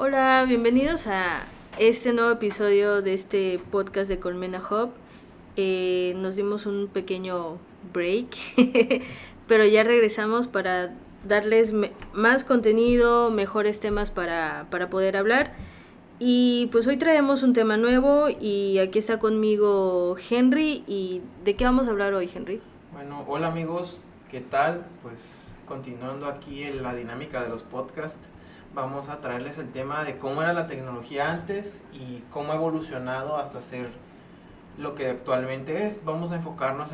Hola, bienvenidos a este nuevo episodio de este podcast de Colmena Hub. Nos dimos un pequeño break, pero ya regresamos para darles más contenido, mejores temas para poder hablar. Y pues hoy traemos un tema nuevo y aquí está conmigo Henry. ¿Y de qué vamos a hablar hoy, Henry? Bueno, hola amigos, ¿qué tal? Pues continuando aquí en la dinámica de los podcasts, vamos a traerles el tema de cómo era la tecnología antes y cómo ha evolucionado hasta ser lo que actualmente es. Vamos a enfocarnos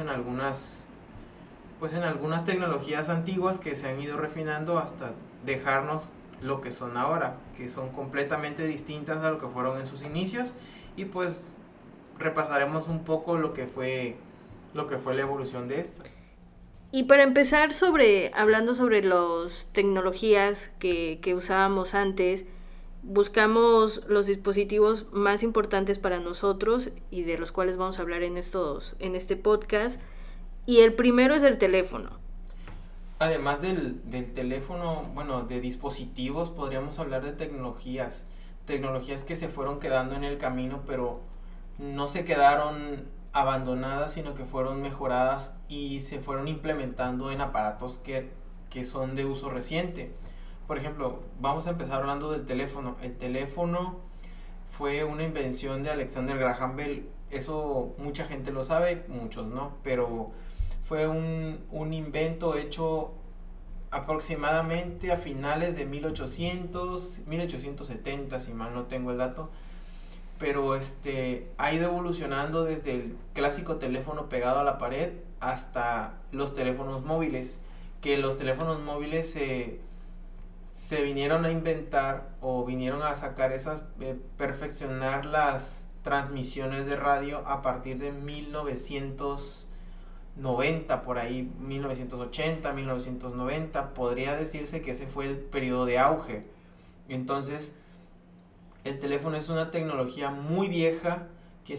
en algunas tecnologías antiguas que se han ido refinando hasta dejarnos lo que son ahora, que son completamente distintas a lo que fueron en sus inicios, y pues repasaremos un poco lo que fue la evolución de estas. Y para empezar hablando sobre las tecnologías que usábamos antes, buscamos los dispositivos más importantes para nosotros y de los cuales vamos a hablar en este podcast. Y el primero es el teléfono. Además del teléfono, bueno, de dispositivos, podríamos hablar de tecnologías que se fueron quedando en el camino, pero no se quedaron abandonadas, sino que fueron mejoradas y se fueron implementando en aparatos que son de uso reciente. Por ejemplo, vamos a empezar hablando del teléfono. El teléfono fue una invención de Alexander Graham Bell. Eso mucha gente lo sabe, muchos no, pero fue un invento hecho aproximadamente a finales de 1870, si mal no tengo el dato, pero ha ido evolucionando desde el clásico teléfono pegado a la pared hasta los teléfonos móviles, que los teléfonos móviles se vinieron a inventar o vinieron a sacar perfeccionar las transmisiones de radio a partir de 1990, por ahí 1980, 1990, podría decirse que ese fue el periodo de auge. Entonces, el teléfono es una tecnología muy vieja que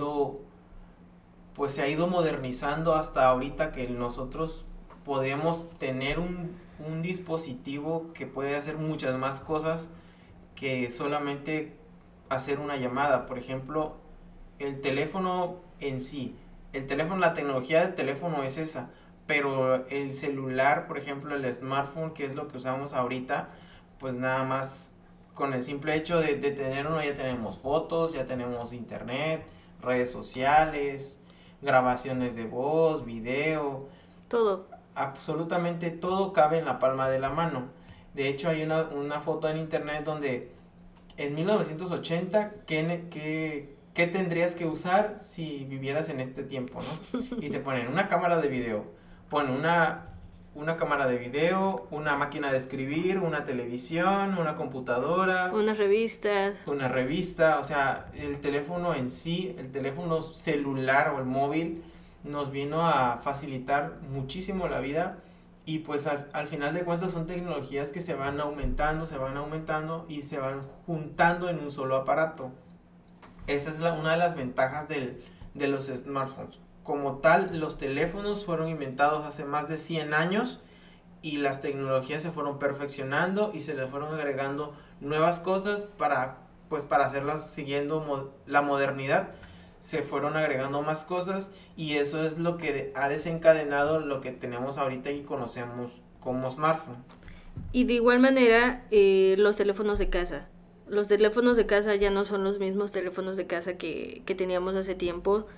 se ha ido modernizando hasta ahorita, que nosotros podemos tener un dispositivo que puede hacer muchas más cosas que solamente hacer una llamada. Por ejemplo, el teléfono en sí, la tecnología del teléfono es esa, pero el celular, por ejemplo, el smartphone, que es lo que usamos ahorita, pues nada más con el simple hecho de tener uno ya tenemos fotos, ya tenemos internet, redes sociales, grabaciones de voz, video, Todo. absolutamente todo cabe en la palma de la mano. De hecho, hay una foto en internet donde en 1980, ¿qué tendrías que usar si vivieras en este tiempo, ¿no? Y te ponen una cámara de video, ponen una cámara de video, una máquina de escribir, una televisión, una computadora, Unas revistas. una revista. O sea, el teléfono en sí, el teléfono celular o el móvil nos vino a facilitar muchísimo la vida, y pues al final de cuentas son tecnologías que se van aumentando y se van juntando en un solo aparato. Esa es una de las ventajas de los smartphones. Como tal, los teléfonos fueron inventados hace más de 100 años y las tecnologías se fueron perfeccionando y se le fueron agregando nuevas cosas para hacerlas siguiendo la modernidad. Se fueron agregando más cosas y eso es lo que ha desencadenado lo que tenemos ahorita y conocemos como smartphone. Y de igual manera, los teléfonos de casa. Los teléfonos de casa ya no son los mismos teléfonos de casa que teníamos hace tiempo,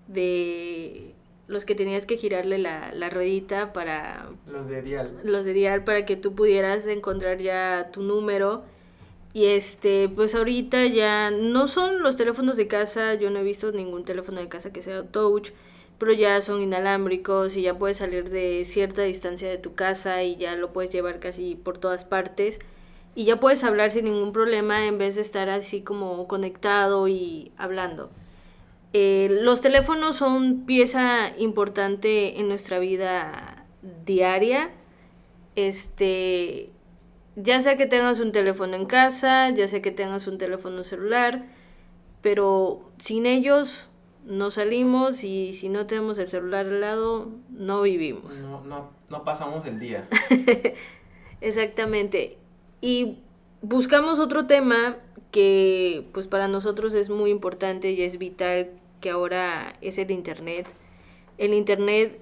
de los que tenías que girarle la ruedita para... Los de dial para que tú pudieras encontrar ya tu número. Y pues ahorita ya no son los teléfonos de casa, yo no he visto ningún teléfono de casa que sea touch, pero ya son inalámbricos y ya puedes salir de cierta distancia de tu casa y ya lo puedes llevar casi por todas partes y ya puedes hablar sin ningún problema en vez de estar así como conectado y hablando. Los teléfonos son pieza importante en nuestra vida diaria. Ya sea que tengas un teléfono en casa, ya sea que tengas un teléfono celular, pero sin ellos no salimos y si no tenemos el celular al lado, no vivimos. No pasamos el día. Exactamente. Y buscamos otro tema que pues para nosotros es muy importante y es vital, que ahora es el internet. El internet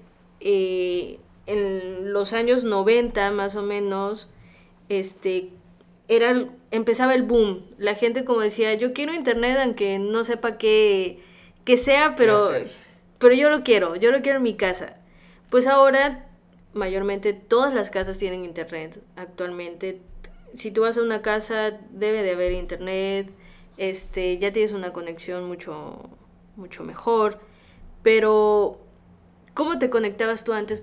en los años 90 más o menos, este, empezaba el boom. La gente como decía, yo quiero internet aunque no sepa qué sea, pero yo lo quiero en mi casa. Pues ahora mayormente todas las casas tienen internet actualmente. Si tú vas a una casa debe de haber internet, ya tienes una conexión mucho mejor, pero ¿cómo te conectabas tú antes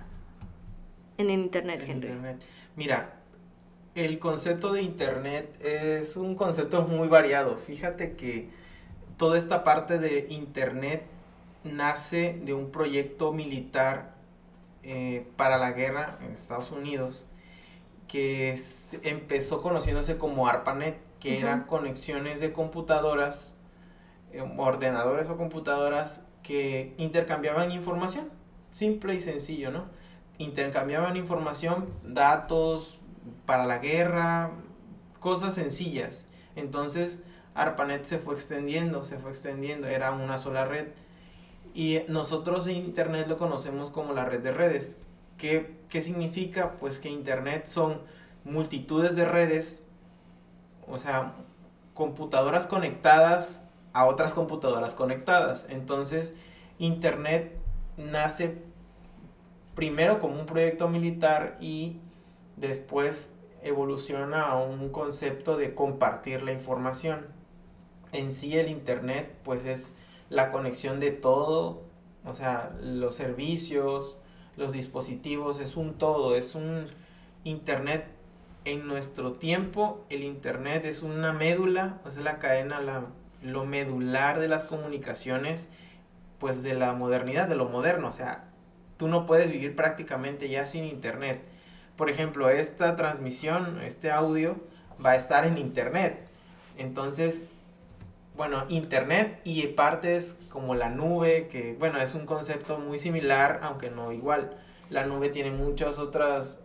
en el internet, Henry? Internet. Mira, el concepto de internet es un concepto muy variado. Fíjate que toda esta parte de internet nace de un proyecto militar para la guerra en Estados Unidos que empezó conociéndose como ARPANET, que eran conexiones de computadoras, ordenadores o computadoras que intercambiaban información, simple y sencillo, ¿no? Intercambiaban información, datos para la guerra, cosas sencillas. Entonces ARPANET se fue extendiendo, era una sola red. Y nosotros en Internet lo conocemos como la red de redes. ¿Qué significa? Pues que Internet son multitudes de redes, o sea, computadoras conectadas a otras computadoras conectadas. Entonces, Internet nace primero como un proyecto militar y después evoluciona a un concepto de compartir la información. En sí el Internet pues es la conexión de todo, o sea, los servicios, los dispositivos, es un todo, es un Internet. En nuestro tiempo el Internet es una médula, es la cadena, lo medular de las comunicaciones, pues de la modernidad, de lo moderno, o sea, tú no puedes vivir prácticamente ya sin Internet. Por ejemplo, esta transmisión, este audio va a estar en Internet. Entonces, bueno, Internet y partes como la nube, que bueno, es un concepto muy similar, aunque no igual. La nube tiene muchas otras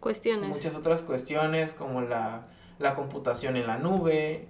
cuestiones como la computación en la nube,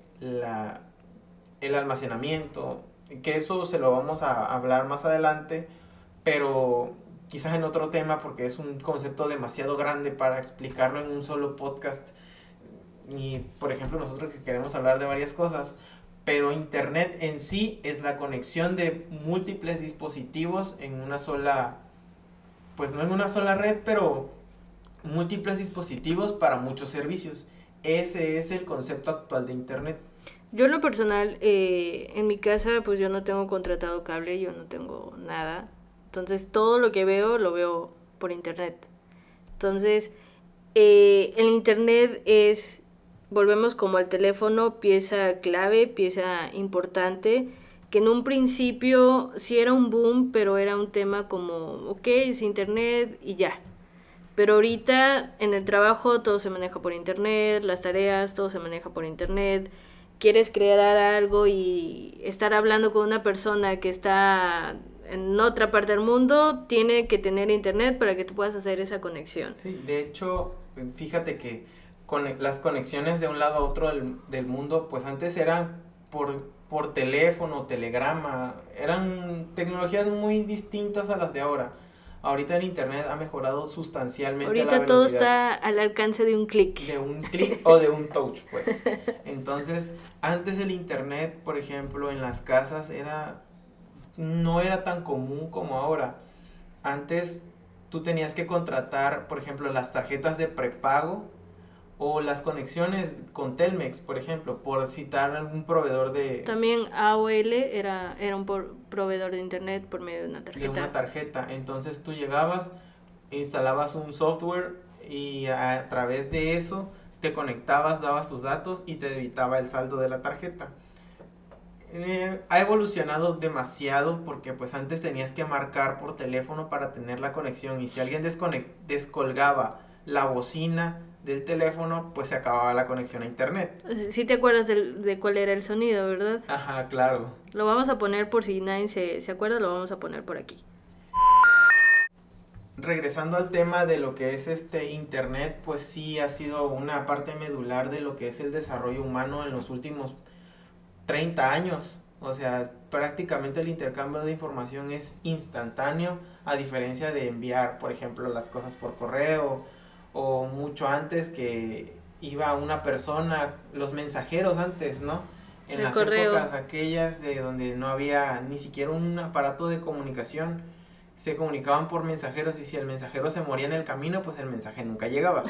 el almacenamiento, que eso se lo vamos a hablar más adelante, pero quizás en otro tema porque es un concepto demasiado grande para explicarlo en un solo podcast. Y por ejemplo nosotros que queremos hablar de varias cosas, pero Internet en sí es la conexión de múltiples dispositivos en una sola, pues no en una sola red, pero múltiples dispositivos para muchos servicios. Ese es el concepto actual de Internet. Yo en lo personal, en mi casa pues yo no tengo contratado cable, yo no tengo nada. Entonces todo lo que veo lo veo por internet. Entonces el internet volvemos como al teléfono, pieza clave, pieza importante, que en un principio sí era un boom, pero era un tema como, ok, es internet y ya. Pero ahorita en el trabajo todo se maneja por internet, las tareas, todo se maneja por internet. Quieres crear algo y estar hablando con una persona que está en otra parte del mundo, tiene que tener internet para que tú puedas hacer esa conexión. Sí, de hecho, fíjate que las conexiones de un lado a otro del mundo, pues antes eran por teléfono, telegrama, eran tecnologías muy distintas a las de ahora. Ahorita el internet ha mejorado sustancialmente ahorita la velocidad. Todo está al alcance de un clic. De un clic o de un touch, pues. Entonces, antes el internet, por ejemplo, en las casas no era tan común como ahora. Antes tú tenías que contratar, por ejemplo, las tarjetas de prepago o las conexiones con Telmex, por ejemplo, por citar algún proveedor de... También AOL era un proveedor de internet por medio de una tarjeta. De una tarjeta. Entonces tú llegabas, instalabas un software y a través de eso te conectabas, dabas tus datos y te debitaba el saldo de la tarjeta. Ha evolucionado demasiado porque pues antes tenías que marcar por teléfono para tener la conexión y si alguien descolgaba la bocina del teléfono, pues se acababa la conexión a internet. Sí te acuerdas de cuál era el sonido, ¿verdad? Ajá, claro. Lo vamos a poner por si nadie se acuerda, lo vamos a poner por aquí. regresando al tema de lo que es internet, pues sí ha sido una parte medular de lo que es el desarrollo humano en los últimos 30 años. O sea, prácticamente el intercambio de información es instantáneo, a diferencia de enviar, por ejemplo, las cosas por correo, o mucho antes que iba una persona, los mensajeros antes, ¿no? En El las correo. épocas aquellas de donde no había ni siquiera un aparato de comunicación, se comunicaban por mensajeros, y si el mensajero se moría en el camino, pues el mensaje nunca llegaba.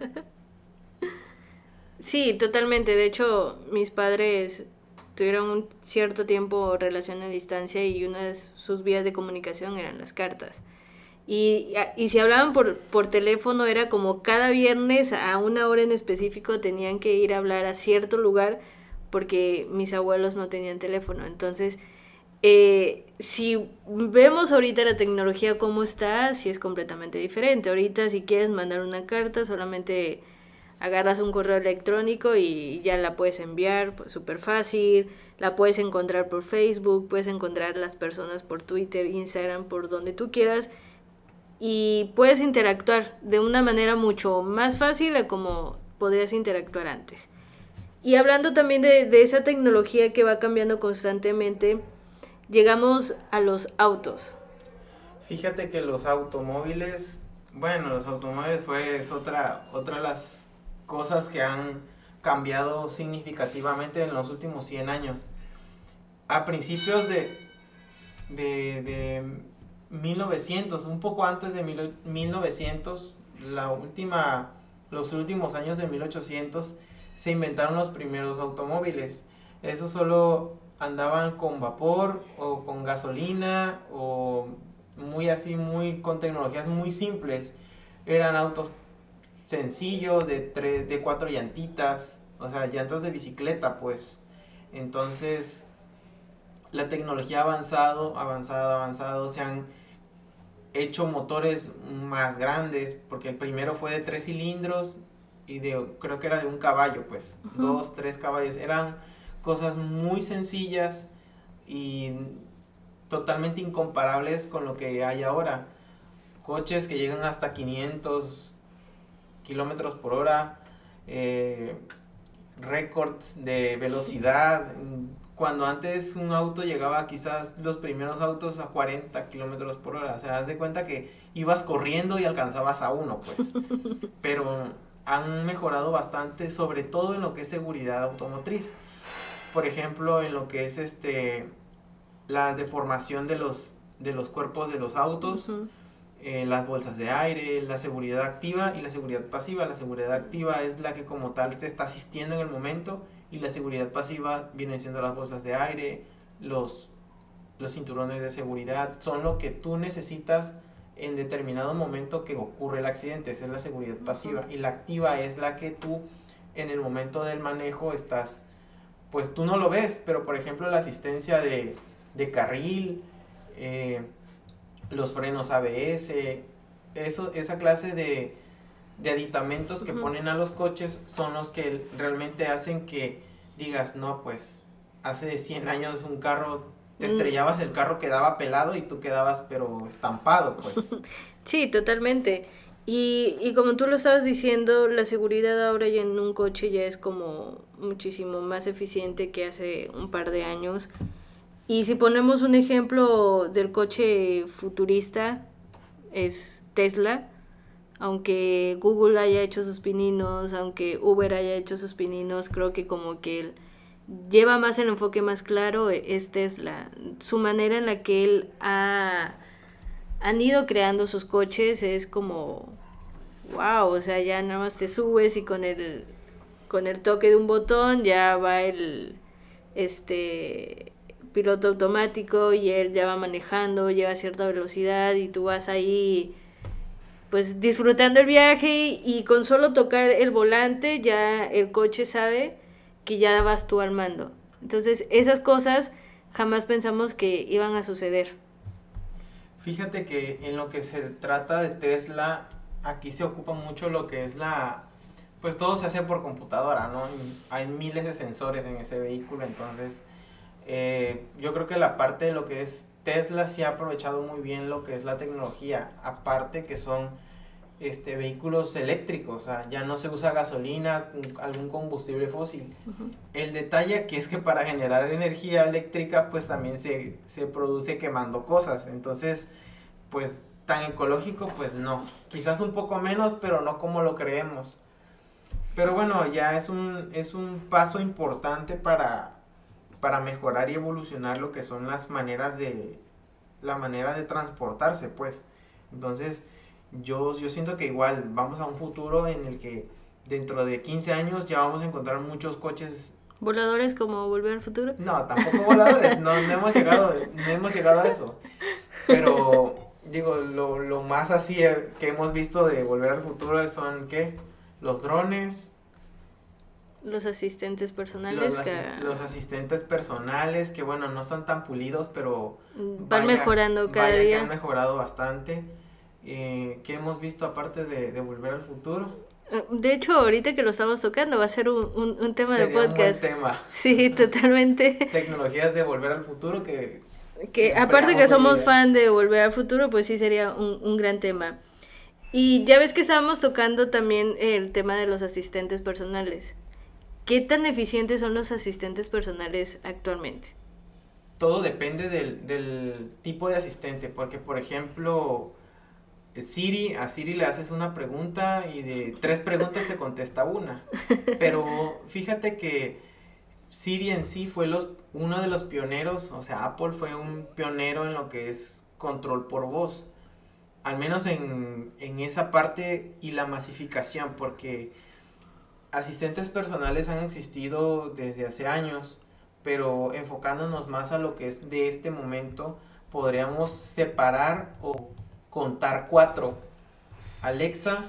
Sí, totalmente. De hecho, mis padres tuvieron un cierto tiempo relación a distancia y una de sus vías de comunicación eran las cartas. Y si hablaban por teléfono era como cada viernes a una hora en específico tenían que ir a hablar a cierto lugar porque mis abuelos no tenían teléfono. Entonces, si vemos ahorita la tecnología como está, sí es completamente diferente. Ahorita si quieres mandar una carta solamente agarras un correo electrónico y ya la puedes enviar, pues súper fácil, la puedes encontrar por Facebook, puedes encontrar las personas por Twitter, Instagram, por donde tú quieras y puedes interactuar de una manera mucho más fácil a como podrías interactuar antes. Y hablando también de esa tecnología que va cambiando constantemente, llegamos a los autos. Fíjate que los automóviles, bueno, los automóviles es otra de las cosas que han cambiado significativamente en los últimos 100 años. A principios de 1900, un poco antes de 1900, los últimos años de 1800, se inventaron los primeros automóviles. Esos solo andaban con vapor o con gasolina o muy con tecnologías muy simples. Eran autos sencillos de cuatro llantitas, o sea, llantas de bicicleta, pues. Entonces, la tecnología ha avanzado, se han hecho motores más grandes, porque el primero fue de 3 cilindros y creo que era de un caballo, pues, 2, 3 caballos, eran cosas muy sencillas y totalmente incomparables con lo que hay ahora. Coches que llegan hasta 500 kilómetros por hora, récords de velocidad, cuando antes un auto llegaba, quizás los primeros autos, a 40 kilómetros por hora. O sea, haz de cuenta que ibas corriendo y alcanzabas a uno, pues. Pero han mejorado bastante, sobre todo en lo que es seguridad automotriz. Por ejemplo, en lo que es la deformación de los cuerpos de los autos, las bolsas de aire, la seguridad activa y la seguridad pasiva. La seguridad activa es la que como tal te está asistiendo en el momento, y la seguridad pasiva vienen siendo las bolsas de aire, los cinturones de seguridad, son lo que tú necesitas en determinado momento que ocurre el accidente. Esa es la seguridad pasiva. Y la activa es la que tú en el momento del manejo estás, pues tú no lo ves, pero por ejemplo la asistencia de carril, los frenos ABS, esa clase de aditamentos que ponen a los coches son los que realmente hacen que digas, no, pues hace 100 años un carro, te estrellabas, el carro quedaba pelado y tú quedabas pero estampado, pues. Sí, totalmente. Y como tú lo estabas diciendo, la seguridad ahora ya en un coche ya es como muchísimo más eficiente que hace un par de años. Y si ponemos un ejemplo del coche futurista, es Tesla. Aunque Google haya hecho sus pininos, aunque Uber haya hecho sus pininos, creo que como que él lleva más el enfoque más claro es Tesla. Su manera en la que han ido creando sus coches es como wow, o sea, ya nada más te subes y con el toque de un botón ya va el piloto automático y él ya va manejando, lleva cierta velocidad y tú vas ahí pues disfrutando el viaje y con solo tocar el volante ya el coche sabe que ya vas tú al mando. Entonces esas cosas jamás pensamos que iban a suceder. Fíjate que en lo que se trata de Tesla, aquí se ocupa mucho lo que es pues todo se hace por computadora, ¿no? Y hay miles de sensores en ese vehículo, entonces Yo creo que la parte de lo que es Tesla sí ha aprovechado muy bien lo que es la tecnología, aparte que son vehículos eléctricos, o sea, ya no se usa gasolina, algún combustible fósil. Ujú. El detalle aquí es que para generar energía eléctrica pues también se produce quemando cosas, entonces pues tan ecológico pues no, quizás un poco menos pero no como lo creemos. Pero bueno, ya es un paso importante para mejorar y evolucionar lo que son la manera de transportarse pues. Entonces yo siento que igual vamos a un futuro en el que dentro de 15 años ya vamos a encontrar muchos coches. ¿Voladores como Volver al Futuro? No, tampoco voladores, no hemos llegado a eso. Pero digo, lo más así que hemos visto de Volver al Futuro son ¿qué? Los drones, Los asistentes personales los asistentes personales, que bueno, no están tan pulidos, pero van mejorando cada vaya que día. han mejorado bastante. ¿Qué hemos visto aparte de Volver al Futuro? De hecho, ahorita que lo estamos tocando, va a ser un tema de Sería un buen podcast. tema. Sí, totalmente. Tecnologías de Volver al Futuro que Que aparte que empleamos hoy somos día. fan de Volver al Futuro, pues sí sería un gran tema. Y ya ves que estábamos tocando también el tema de los asistentes personales. ¿Qué tan eficientes son los asistentes personales actualmente? Todo depende del tipo de asistente, porque por ejemplo, a Siri le haces una pregunta y de 3 preguntas te contesta una. Pero fíjate que Siri en sí fue uno de los pioneros, o sea, Apple fue un pionero en lo que es control por voz. Al menos en esa parte y la masificación, porque asistentes personales han existido desde hace años, pero enfocándonos más a lo que es de este momento, podríamos separar o contar 4. Alexa,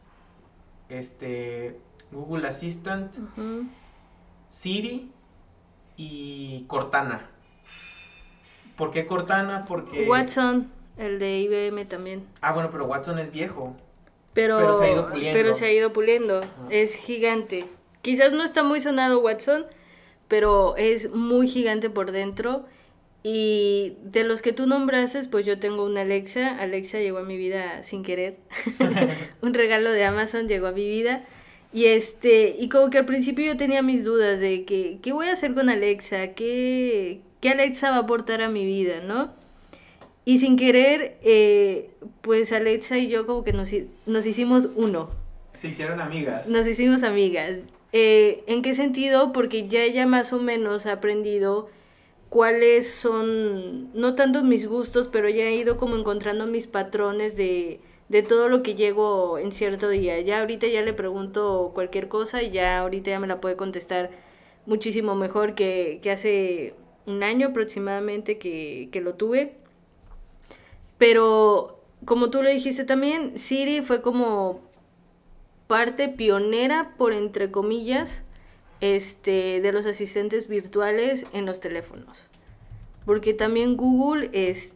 Google Assistant, Ujú. Siri y Cortana. ¿Por qué Cortana? Porque... Watson, el de IBM también. Ah, bueno, pero Watson es viejo. Pero, Pero se ha ido puliendo. pero se ha ido puliendo. Es gigante. Quizás no está muy sonado Watson, pero es muy gigante por dentro. Y de los que tú nombraste, pues yo tengo una Alexa. Alexa llegó a mi vida sin querer. Un regalo de Amazon llegó a mi vida. Y como que al principio yo tenía mis dudas de que, ¿qué voy a hacer con Alexa? ¿Qué Alexa va a aportar a mi vida, no? Y sin querer, pues Alexa y yo como que nos hicimos uno. Se hicieron amigas. Nos hicimos amigas. ¿En qué sentido? Porque ya ella más o menos ha aprendido cuáles son, no tanto mis gustos, pero ya he ido como encontrando mis patrones de todo lo que llego en cierto día. Ya ahorita ya le pregunto cualquier cosa y ya ahorita ya me la puede contestar muchísimo mejor que hace un año aproximadamente que lo tuve. Pero como tú lo dijiste también, Siri fue como parte pionera, por entre comillas, de los asistentes virtuales en los teléfonos. Porque también Google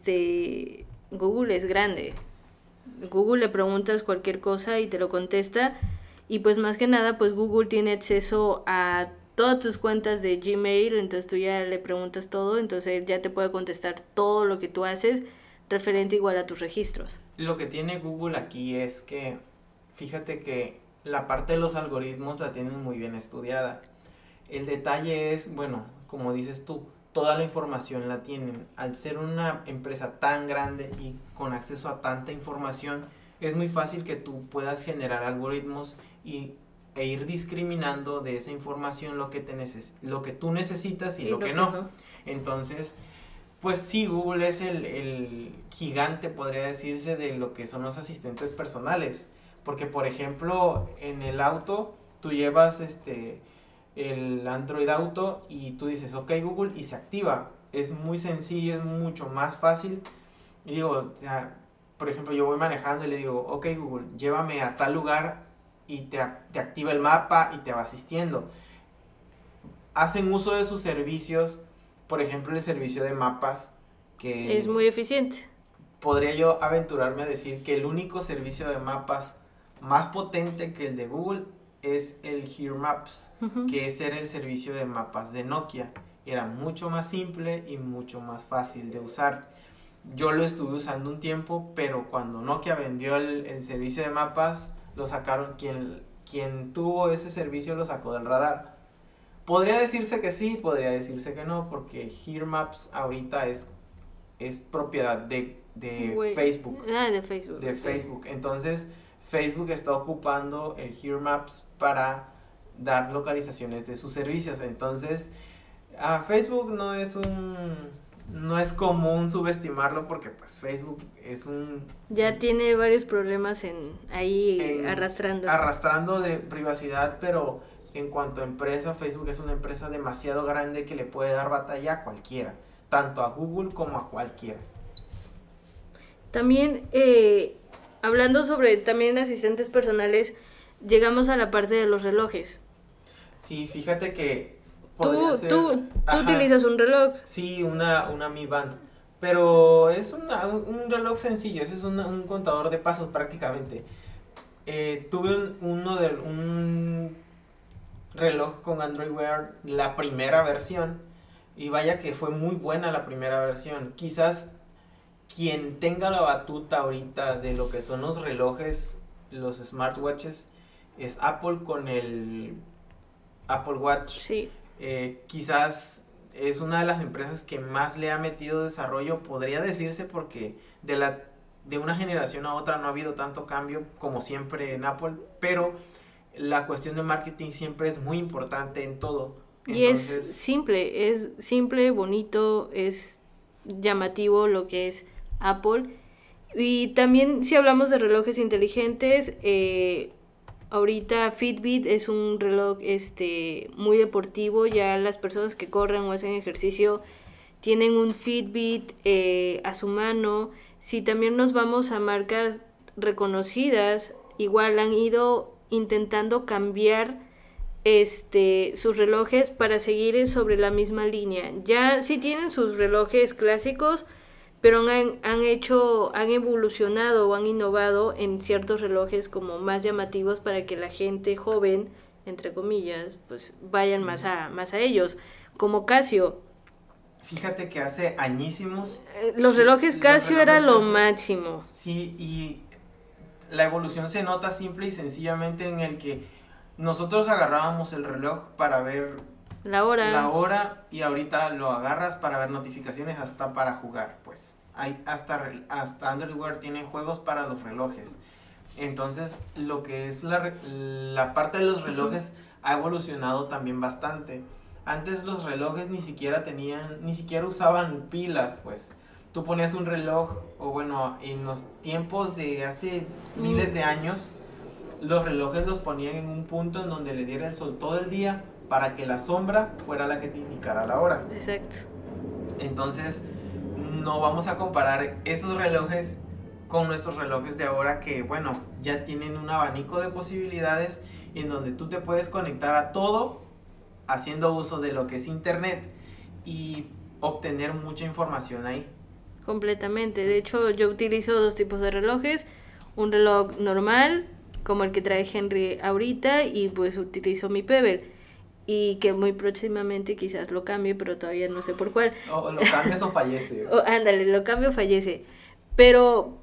es grande. Google le preguntas cualquier cosa y te lo contesta. Y pues más que nada, pues Google tiene acceso a todas tus cuentas de Gmail, entonces tú ya le preguntas todo, entonces él ya te puede contestar todo lo que tú haces referente igual a tus registros. Lo que tiene Google aquí es que, fíjate que la parte de los algoritmos la tienen muy bien estudiada. El detalle es, bueno, como dices tú, toda la información la tienen. Al ser una empresa tan grande y con acceso a tanta información, es muy fácil que tú puedas generar algoritmos e ir discriminando de esa información lo que tú necesitas y lo que no. Entonces, pues sí, Google es el gigante, podría decirse, de lo que son los asistentes personales. Porque, por ejemplo, en el auto, tú llevas el Android Auto y tú dices, ok Google, y se activa. Es muy sencillo, es mucho más fácil. Y digo, o sea, por ejemplo, yo voy manejando y le digo, ok Google, llévame a tal lugar y te activa el mapa y te va asistiendo. Hacen uso de sus servicios, por ejemplo, el servicio de mapas, que es muy eficiente. Podría yo aventurarme a decir que el único servicio de mapas más potente que el de Google es el Here Maps, que es el servicio de mapas de Nokia. era mucho más simple y mucho más fácil de usar. Yo lo estuve usando un tiempo, pero cuando Nokia vendió el servicio de mapas, lo sacaron, quien tuvo ese servicio lo sacó del radar. Podría decirse que sí, podría decirse que no, porque Here Maps ahorita es propiedad de Facebook. De Facebook. De Facebook. Entonces, Facebook está ocupando el Here Maps para dar localizaciones de sus servicios. Entonces, Facebook no es común subestimarlo, porque pues Facebook es ya tiene varios problemas arrastrando de privacidad, pero en cuanto a empresa, Facebook es una empresa demasiado grande que le puede dar batalla a cualquiera, tanto a Google como a cualquiera. También, hablando sobre también asistentes personales, llegamos a la parte de los relojes. Sí, fíjate que ¿Tú utilizas un reloj? Sí, una Mi Band, pero es un reloj sencillo, ese es un contador de pasos prácticamente. Tuve un reloj con Android Wear, la primera versión, y vaya que fue muy buena la primera versión. Quizás quien tenga la batuta ahorita de lo que son los relojes, los smartwatches, es Apple con el Apple Watch. Sí. Quizás es una de las empresas que más le ha metido desarrollo, podría decirse, porque de una generación a otra no ha habido tanto cambio como siempre en Apple, pero la cuestión de marketing siempre es muy importante en todo. Entonces, es simple, bonito, es llamativo lo que es Apple. Y también, si hablamos de relojes inteligentes, ahorita Fitbit es un reloj muy deportivo. Ya las personas que corren o hacen ejercicio tienen un Fitbit a su mano. Si también nos vamos a marcas reconocidas, igual han ido intentando cambiar sus relojes para seguir sobre la misma línea. Ya sí tienen sus relojes clásicos, pero han evolucionado o han innovado en ciertos relojes como más llamativos para que la gente joven, entre comillas, pues vayan más a ellos, como Casio. Fíjate que hace añísimos los relojes Casio era lo máximo. Sí, y la evolución se nota simple y sencillamente en el que nosotros agarrábamos el reloj para ver la hora, y ahorita lo agarras para ver notificaciones, hasta para jugar, pues. Hasta Android Wear tiene juegos para los relojes. Entonces, lo que es la parte de los relojes ha evolucionado también bastante. Antes los relojes ni siquiera usaban pilas, pues. Tú ponías un reloj, o bueno, en los tiempos de hace miles de años, los relojes los ponían en un punto en donde le diera el sol todo el día para que la sombra fuera la que te indicara la hora. Exacto. Entonces, no vamos a comparar esos relojes con nuestros relojes de ahora, que bueno, ya tienen un abanico de posibilidades en donde tú te puedes conectar a todo haciendo uso de lo que es internet y obtener mucha información ahí. Completamente. De hecho, yo utilizo 2 tipos de relojes. Un reloj normal, como el que trae Henry ahorita, y pues utilizo mi Pebble. Y que muy próximamente quizás lo cambie, pero todavía no sé por cuál. O lo cambias o fallece. Ándale, lo cambio o fallece. Pero,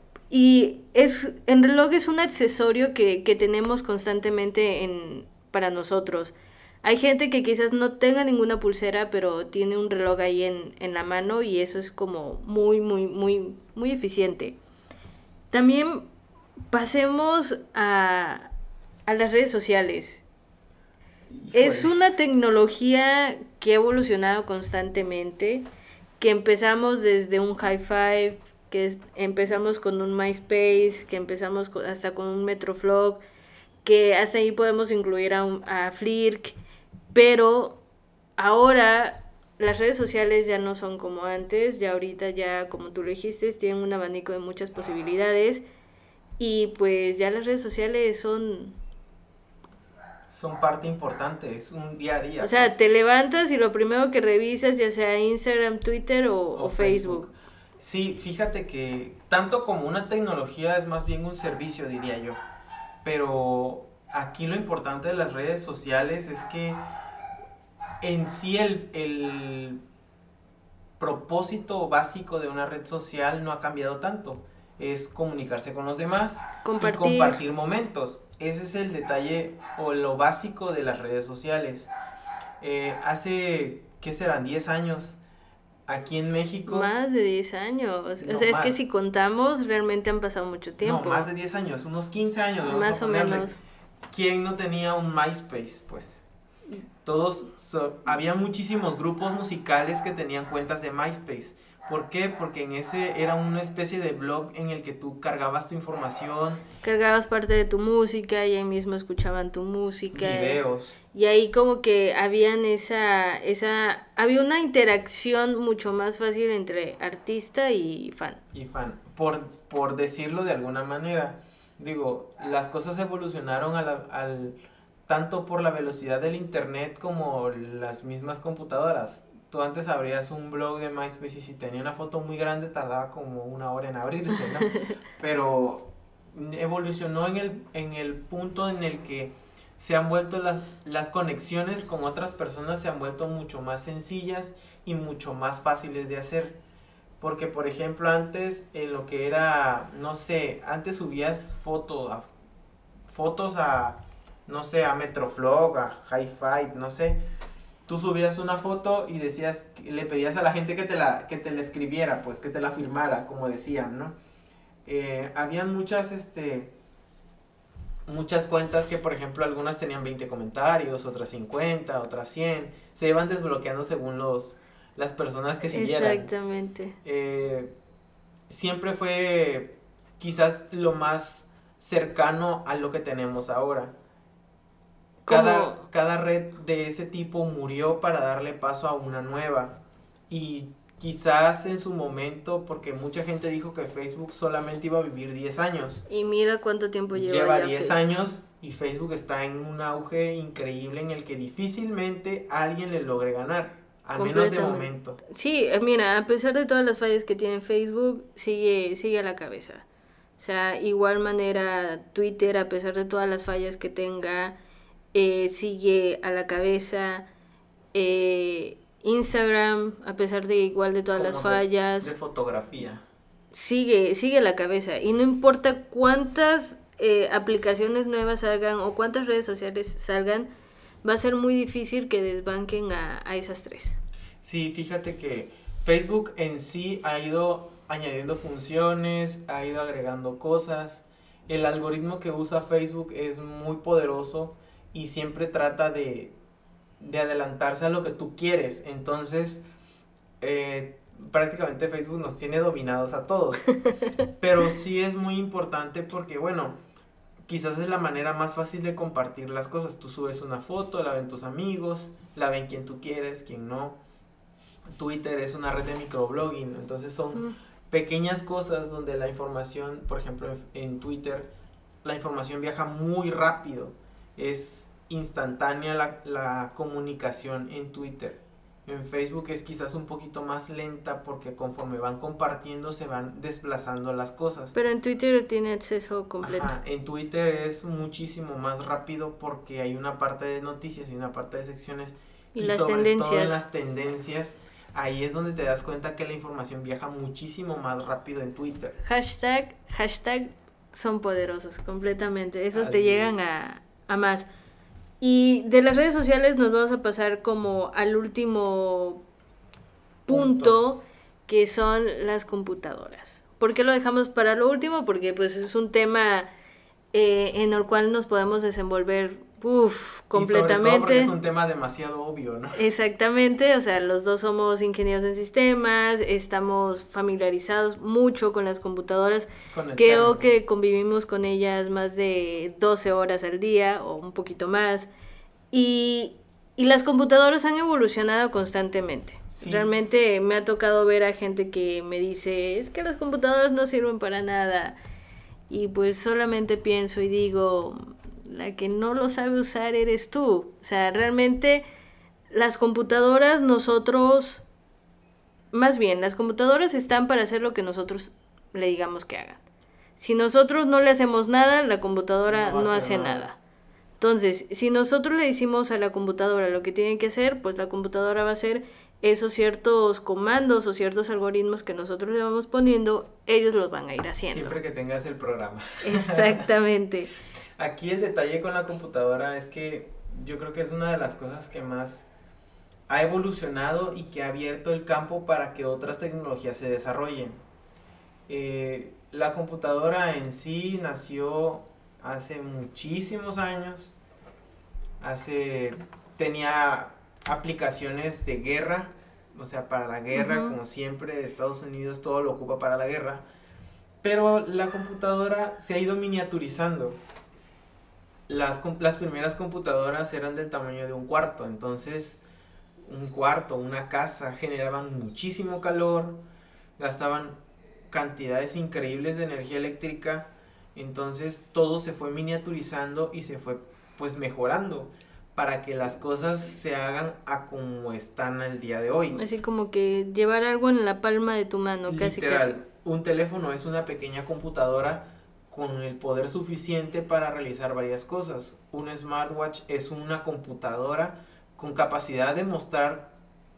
en reloj es un accesorio que tenemos constantemente para nosotros. Hay gente que quizás no tenga ninguna pulsera, pero tiene un reloj ahí en la mano, y eso es como muy, muy, muy, muy eficiente. También pasemos a las redes sociales. Híjole. Es una tecnología que ha evolucionado constantemente, que empezamos desde un Hi5, que empezamos con un MySpace, que empezamos hasta con un Metroflog, que hasta ahí podemos incluir a Flirk. Pero ahora las redes sociales ya no son como antes, ya ahorita ya, como tú lo dijiste, tienen un abanico de muchas posibilidades, y pues ya las redes sociales son parte importante, es un día a día. O sea, pues, te levantas y lo primero que revisas, ya sea Instagram, Twitter o Facebook. Sí, fíjate que tanto como una tecnología es más bien un servicio, diría yo. Pero aquí lo importante de las redes sociales es que en sí el propósito básico de una red social no ha cambiado tanto. Es comunicarse con los demás y Compartir. compartir momentos. Ese es el detalle o lo básico de las redes sociales. Hace, ¿qué serán? 10 años. Aquí en México, Más de 10 años. O no sea, es que más, si contamos, realmente han pasado mucho no, tiempo. más de 10 años, unos 15 años, vamos a Más o ponerle. menos. ¿Quién no tenía un MySpace? Pues había muchísimos grupos musicales que tenían cuentas de MySpace. ¿Por qué? Porque en ese era una especie de blog en el que tú cargabas tu información, Cargabas parte de tu música y ahí mismo escuchaban tu música. videos Y ahí como que habían había una interacción mucho más fácil entre artista y fan. y fan. Por decirlo de alguna manera, digo, las cosas evolucionaron tanto por la velocidad del internet como las mismas computadoras. Tú antes abrías un blog de MySpace y si tenía una foto muy grande tardaba como 1 hora en abrirse, ¿no? Pero evolucionó en el punto en el que se han vuelto las conexiones con otras personas se han vuelto mucho más sencillas y mucho más fáciles de hacer. Porque, por ejemplo, antes en lo que era, no sé, antes subías fotos a, no sé, a Metroflog, a Hi-Fi, no sé. Tú subías una foto y decías, le pedías a la gente que te la escribiera, pues que te la firmara, como decían, ¿no? Habían muchas cuentas que, por ejemplo, algunas tenían 20 comentarios, otras 50, otras 100. Se iban desbloqueando según las personas que siguieran. Exactamente. Siempre fue quizás lo más cercano a lo que tenemos ahora. Cada red de ese tipo murió para darle paso a una nueva. Y quizás en su momento, porque mucha gente dijo que Facebook solamente iba a vivir 10 años. Y mira cuánto tiempo Lleva ya 10 años y Facebook está en un auge increíble en el que difícilmente alguien le logre ganar. Al menos de momento. Sí, mira, a pesar de todas las fallas que tiene Facebook, sigue a la cabeza. O sea, igual manera Twitter, a pesar de todas las fallas que tenga, sigue a la cabeza. Instagram, a pesar de igual de todas las fallas, de fotografía. sigue a la cabeza. Y no importa cuántas aplicaciones nuevas salgan o cuántas redes sociales salgan, va a ser muy difícil que desbanquen a esas tres. Sí, fíjate que Facebook en sí ha ido añadiendo funciones, ha ido agregando cosas. El algoritmo que usa Facebook es muy poderoso y siempre trata de adelantarse a lo que tú quieres. Entonces, prácticamente Facebook nos tiene dominados a todos. Pero sí es muy importante porque, bueno, quizás es la manera más fácil de compartir las cosas. Tú subes una foto, la ven tus amigos, la ven quien tú quieres, quien no. Twitter es una red de microblogging, entonces son pequeñas cosas donde la información, por ejemplo, en Twitter, la información viaja muy rápido. Es instantánea la comunicación en Twitter. En Facebook es quizás un poquito más lenta porque conforme van compartiendo se van desplazando las cosas. Pero en Twitter tiene acceso completo. Ajá, en Twitter es muchísimo más rápido porque hay una parte de noticias y una parte de secciones. Y las sobre tendencias. todo en las tendencias, ahí es donde te das cuenta que la información viaja muchísimo más rápido en Twitter. Hashtag son poderosos completamente. Esos te llegan a más. Y de las redes sociales nos vamos a pasar como al último punto, que son las computadoras. ¿Por qué lo dejamos para lo último? Porque pues es un tema en el cual nos podemos desenvolver completamente. Y sobre todo porque es un tema demasiado obvio, ¿no? Exactamente, o sea, los dos somos ingenieros en sistemas, estamos familiarizados mucho con las computadoras, creo que convivimos con ellas más de 12 horas al día o un poquito más, y las computadoras han evolucionado constantemente. Sí. Realmente me ha tocado ver a gente que me dice, es que las computadoras no sirven para nada, y pues solamente pienso y digo, la que no lo sabe usar eres tú. O sea, realmente las computadoras las computadoras están para hacer lo que nosotros le digamos que hagan. Si nosotros no le hacemos nada, la computadora no hace nada. Entonces, si nosotros le decimos a la computadora lo que tiene que hacer, pues la computadora va a hacer esos ciertos comandos o ciertos algoritmos que nosotros le vamos poniendo, ellos los van a ir haciendo. Siempre que tengas el programa. Exactamente. Aquí el detalle con la computadora es que yo creo que es una de las cosas que más ha evolucionado y que ha abierto el campo para que otras tecnologías se desarrollen. La computadora en sí nació hace muchísimos años. Tenía aplicaciones de guerra, o sea, para la guerra, como siempre, Estados Unidos todo lo ocupa para la guerra. Pero la computadora se ha ido miniaturizando. Las primeras computadoras eran del tamaño de un cuarto, entonces un cuarto, una casa, generaban muchísimo calor, gastaban cantidades increíbles de energía eléctrica, entonces todo se fue miniaturizando y se fue pues mejorando para que las cosas se hagan a como están al día de hoy. Así como que llevar algo en la palma de tu mano, casi. Un teléfono es una pequeña computadora con el poder suficiente para realizar varias cosas. Un smartwatch es una computadora con capacidad de mostrar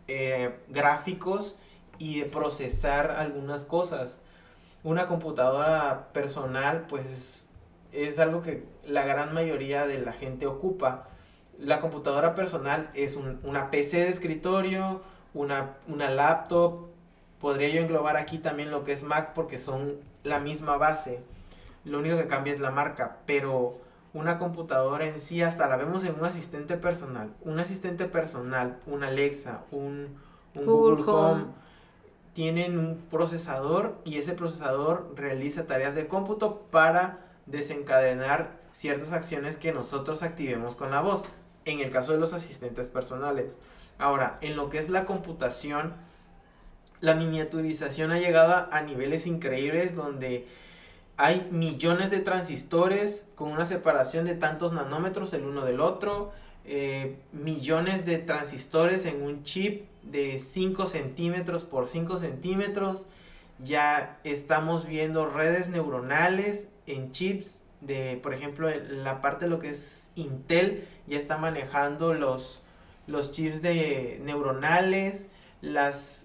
gráficos y de procesar algunas cosas. Una computadora personal pues es algo que la gran mayoría de la gente ocupa. La computadora personal es una PC de escritorio, una laptop. Podría yo englobar aquí también lo que es Mac porque son la misma base. Lo único que cambia es la marca, pero una computadora en sí hasta la vemos en un asistente personal. Un asistente personal, un Alexa, un Google Home, tienen un procesador y ese procesador realiza tareas de cómputo para desencadenar ciertas acciones que nosotros activemos con la voz, en el caso de los asistentes personales. Ahora, en lo que es la computación, la miniaturización ha llegado a niveles increíbles donde hay millones de transistores con una separación de tantos nanómetros el uno del otro, millones de transistores en un chip de 5 centímetros por 5 centímetros. Ya estamos viendo redes neuronales en chips de, por ejemplo, en la parte de lo que es Intel, ya está manejando los chips de neuronales, las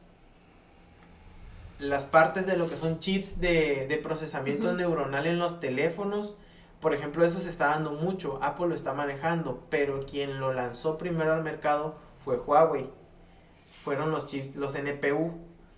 partes de lo que son chips de procesamiento neuronal en los teléfonos. Por ejemplo, eso se está dando mucho, Apple lo está manejando, pero quien lo lanzó primero al mercado fue Huawei. Fueron los chips, los NPU,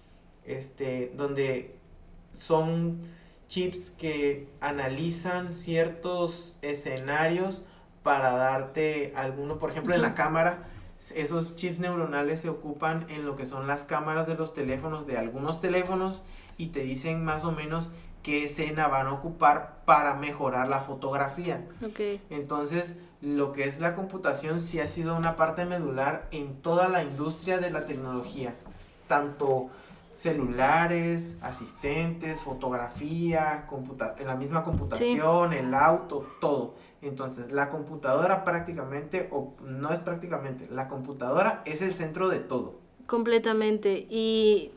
donde son chips que analizan ciertos escenarios para darte alguno, por ejemplo, en la cámara. Esos chips neuronales se ocupan en lo que son las cámaras de los teléfonos, de algunos teléfonos, y te dicen más o menos qué escena van a ocupar para mejorar la fotografía. Okay. Entonces, lo que es la computación sí ha sido una parte medular en toda la industria de la tecnología, tanto celulares, asistentes, fotografía, la misma computación, el auto, todo. Entonces, la computadora prácticamente, o no es prácticamente, la computadora es el centro de todo. Completamente. Y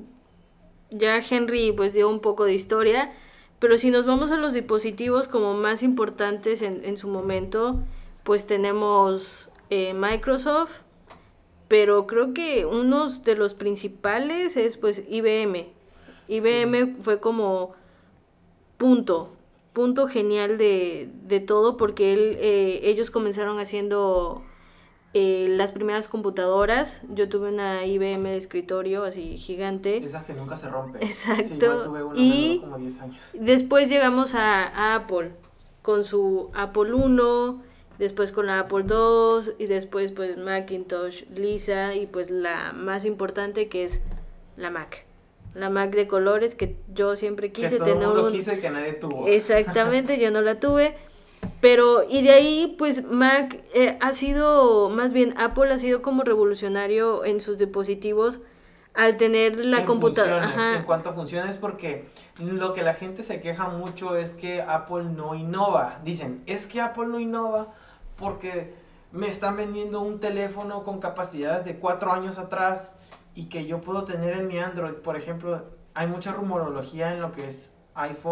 ya Henry pues dio un poco de historia, pero si nos vamos a los dispositivos como más importantes en su momento, pues tenemos Microsoft, pero creo que uno de los principales es pues IBM. IBM fue como punto genial de todo, porque ellos comenzaron haciendo las primeras computadoras. Yo tuve una IBM de escritorio así gigante. Esas que nunca se rompen. Exacto. Sí, igual tuve una, y como 10 años. Después llegamos a Apple, con su Apple I, después con la Apple II, y después pues Macintosh, Lisa, y pues la más importante que es la Mac. La Mac de colores que yo siempre quise tener. Que todo el mundo quiso y que nadie tuvo. Exactamente, yo no la tuve. Pero, y de ahí, pues Mac ha sido, más bien Apple ha sido como revolucionario en sus dispositivos al tener la computadora. En cuanto a funciones, porque lo que la gente se queja mucho es que Apple no innova. Dicen, es que Apple no innova porque me están vendiendo un teléfono con capacidades de 4 años atrás y que yo puedo tener en mi Android. Por ejemplo, hay mucha rumorología en lo que es iPhone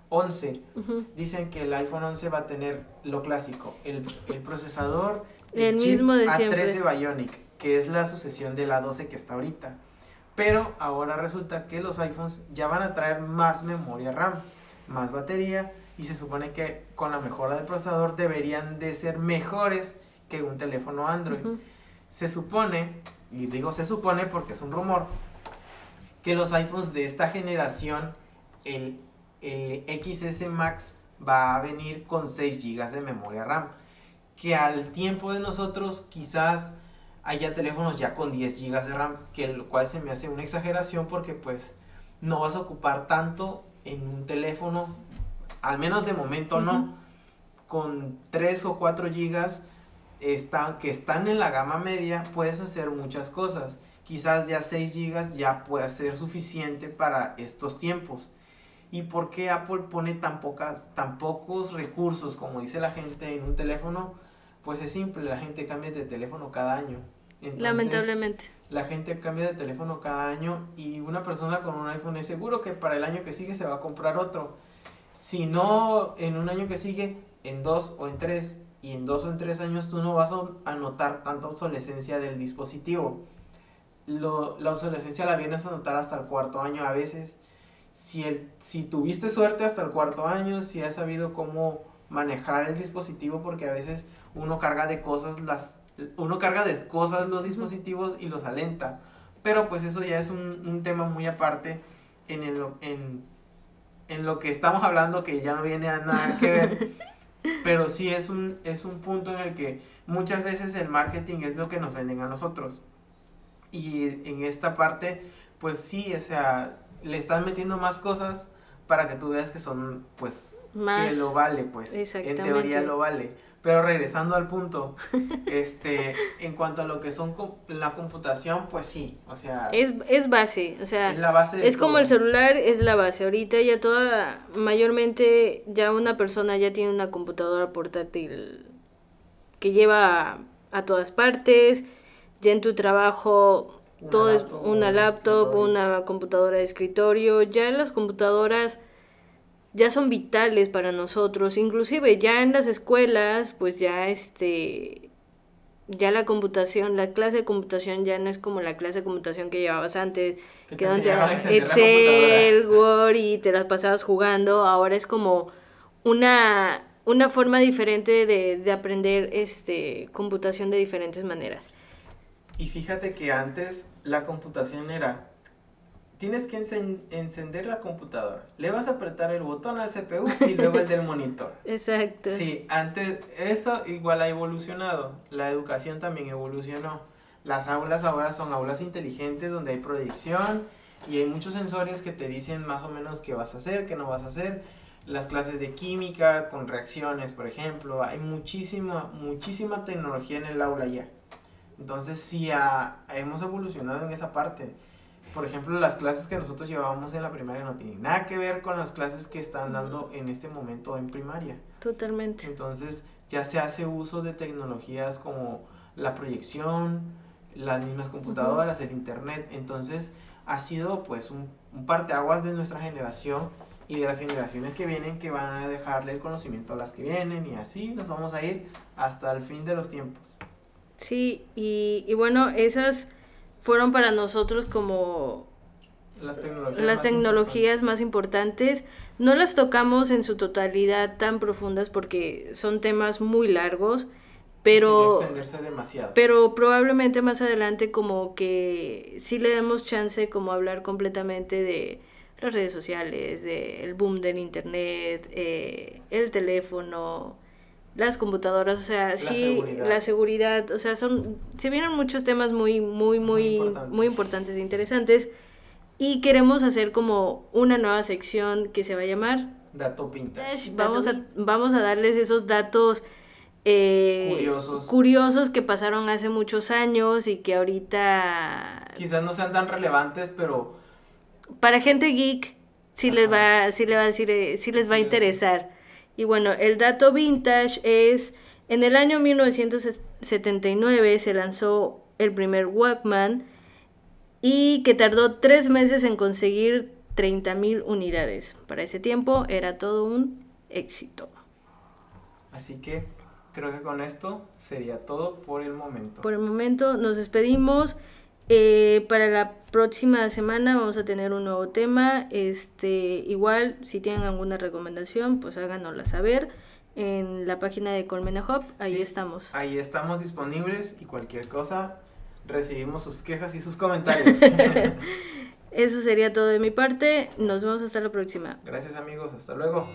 11. Ujú. Dicen que el iPhone 11 va a tener lo clásico, el procesador, El chip mismo de A13 siempre. Bionic, que es la sucesión de la 12 que está ahorita. Pero ahora resulta que los iPhones ya van a traer más memoria RAM, más batería, y se supone que con la mejora del procesador deberían de ser mejores que un teléfono Android. Ujú. Se supone, y digo se supone porque es un rumor, que los iPhones de esta generación, el, el XS Max va a venir con 6 GB de memoria RAM, que al tiempo de nosotros quizás haya teléfonos ya con 10 GB de RAM, que lo cual se me hace una exageración porque pues no vas a ocupar tanto en un teléfono, al menos de momento no, Ujú. con 3 o 4 gigas que están en la gama media, puedes hacer muchas cosas. Quizás ya 6 gigas ya pueda ser suficiente para estos tiempos. ¿Y por qué Apple pone tan pocos recursos, como dice la gente, en un teléfono? Pues es simple, la gente cambia de teléfono cada año. Entonces, Lamentablemente. la gente cambia de teléfono cada año y una persona con un iPhone es seguro que para el año que sigue se va a comprar otro. Si no en un año que sigue, en 2 o en 3, y en 2 o en 3 años tú no vas a notar tanta obsolescencia del dispositivo. La obsolescencia la vienes a notar hasta el cuarto año a veces. Si tuviste suerte hasta el cuarto año, si has sabido cómo manejar el dispositivo, porque a veces uno carga de cosas los dispositivos y los alenta. Pero pues eso ya es un tema muy aparte en lo que estamos hablando, que ya no viene a nada que ver. Pero sí es un punto en el que muchas veces el marketing es lo que nos venden a nosotros. Y en esta parte, pues sí, o sea, le están metiendo más cosas para que tú veas que son, pues, que lo Más. vale, pues, en teoría Exactamente. lo vale. Pero regresando al punto, en cuanto a lo que son la computación, pues sí, o sea, Es base, o es sea, la base de es como el todo. celular, es la base. Ahorita ya mayormente ya una persona ya tiene una computadora portátil que lleva a todas partes, ya en tu trabajo Una todo es laptop o una un laptop, escritorio. una computadora de escritorio, ya las computadoras ya son vitales para nosotros, inclusive ya en las escuelas, pues ya ya la computación, la clase de computación ya no es como la clase de computación que llevabas antes, Que que te donde enseñaban a encender la computadora. Excel, Word y te las pasabas jugando, ahora es como una forma diferente de aprender computación de diferentes maneras. Y fíjate que antes la computación era, tienes que encender la computadora, le vas a apretar el botón al CPU y luego el del monitor. Exacto. Sí, antes eso igual ha evolucionado, la educación también evolucionó. Las aulas ahora son aulas inteligentes donde hay proyección y hay muchos sensores que te dicen más o menos qué vas a hacer, qué no vas a hacer. Las clases de química con reacciones, por ejemplo, hay muchísima tecnología en el aula ya. Entonces sí hemos evolucionado en esa parte. Por ejemplo, las clases que nosotros llevábamos en la primaria no tienen nada que ver con las clases que están dando en este momento en primaria. Totalmente. Entonces ya se hace uso de tecnologías como la proyección, las mismas Ujú. computadoras, el internet. Entonces ha sido pues un parteaguas de nuestra generación y de las generaciones que vienen, que van a dejarle el conocimiento a las que vienen, y así nos vamos a ir hasta el fin de los tiempos. Sí, y bueno, esas fueron para nosotros como Las tecnologías las más importantes. tecnologías más importantes. No las tocamos en su totalidad tan profundas porque son temas muy largos, Y sería pero, extenderse demasiado. pero probablemente más adelante como que sí le demos chance como hablar completamente de las redes sociales, del boom del internet, el teléfono, las computadoras, o sea, La sí, seguridad. la seguridad, o sea, se vienen muchos temas Muy muy importantes. importantes e interesantes y queremos hacer como una nueva sección que se va a llamar Dato vintage. Vamos a darles esos datos Curiosos. curiosos que pasaron hace muchos años y que ahorita Quizás no sean tan relevantes, pero... para gente geek Ajá. sí le va a decir, sí les va a Sí, sí. interesar. Y bueno, el dato vintage es, en el año 1979 se lanzó el primer Walkman y que tardó 3 meses en conseguir 30,000 unidades. Para ese tiempo era todo un éxito. Así que creo que con esto sería todo por el momento. Por el momento nos despedimos. Para la próxima semana vamos a tener un nuevo tema. Igual, si tienen alguna recomendación, pues háganosla saber en la página de Colmena Hub. Ahí estamos. Ahí estamos disponibles y cualquier cosa recibimos sus quejas y sus comentarios. Eso sería todo de mi parte. Nos vemos hasta la próxima. Gracias, amigos. Hasta luego.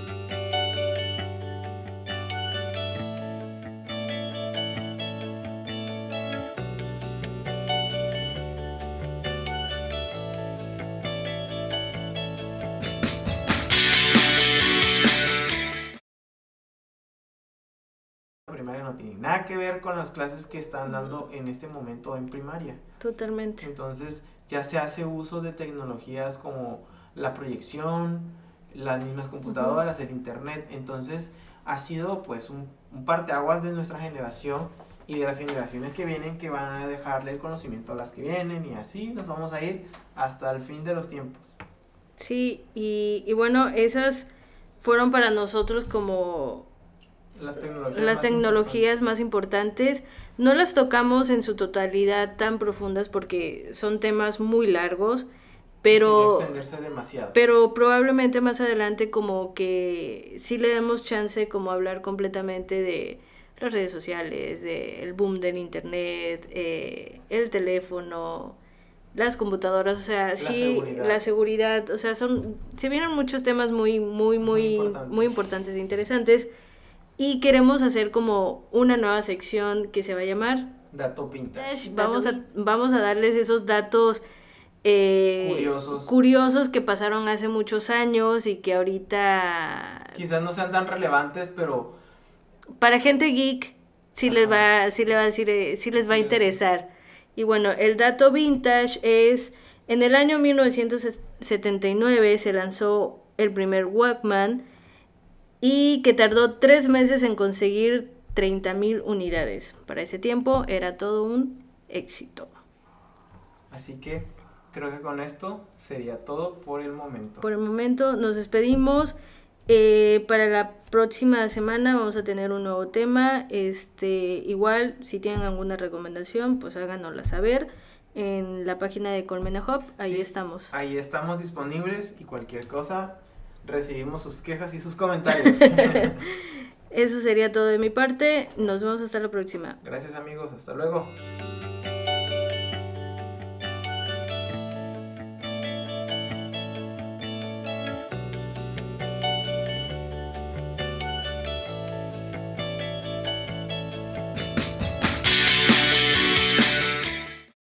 Primaria no tiene nada que ver con las clases que están dando en este momento en primaria. Totalmente. Entonces ya se hace uso de tecnologías como la proyección, las mismas computadoras, el internet. Entonces ha sido pues un parteaguas de nuestra generación y de las generaciones que vienen, que van a dejarle el conocimiento a las que vienen, y así nos vamos a ir hasta el fin de los tiempos. Sí, y bueno, esas fueron para nosotros como las tecnologías más importantes. No las tocamos en su totalidad tan profundas porque son temas muy largos, pero sin extenderse demasiado. Pero probablemente más adelante como que sí le demos chance como hablar completamente de las redes sociales, del boom del internet, el teléfono, las computadoras, o sea, la seguridad, o sea, se vienen muchos temas muy importantes e interesantes. Y queremos hacer como una nueva sección que se va a llamar Dato Vintage. Vamos a darles esos datos curiosos que pasaron hace muchos años y que ahorita quizás no sean tan relevantes, pero para gente geek sí les va a interesar. Y bueno, el dato vintage es: en el año 1979 se lanzó el primer Walkman, y que tardó 3 meses en conseguir 30,000 unidades. Para ese tiempo era todo un éxito. Así que creo que con esto sería todo por el momento. Por el momento nos despedimos. Para la próxima semana vamos a tener un nuevo tema. Igual, si tienen alguna recomendación, pues háganosla saber en la página de Colmena Hub. Ahí estamos. Ahí estamos disponibles y cualquier cosa recibimos sus quejas y sus comentarios. Eso sería todo de mi parte. Nos vemos hasta la próxima. Gracias, amigos. Hasta luego.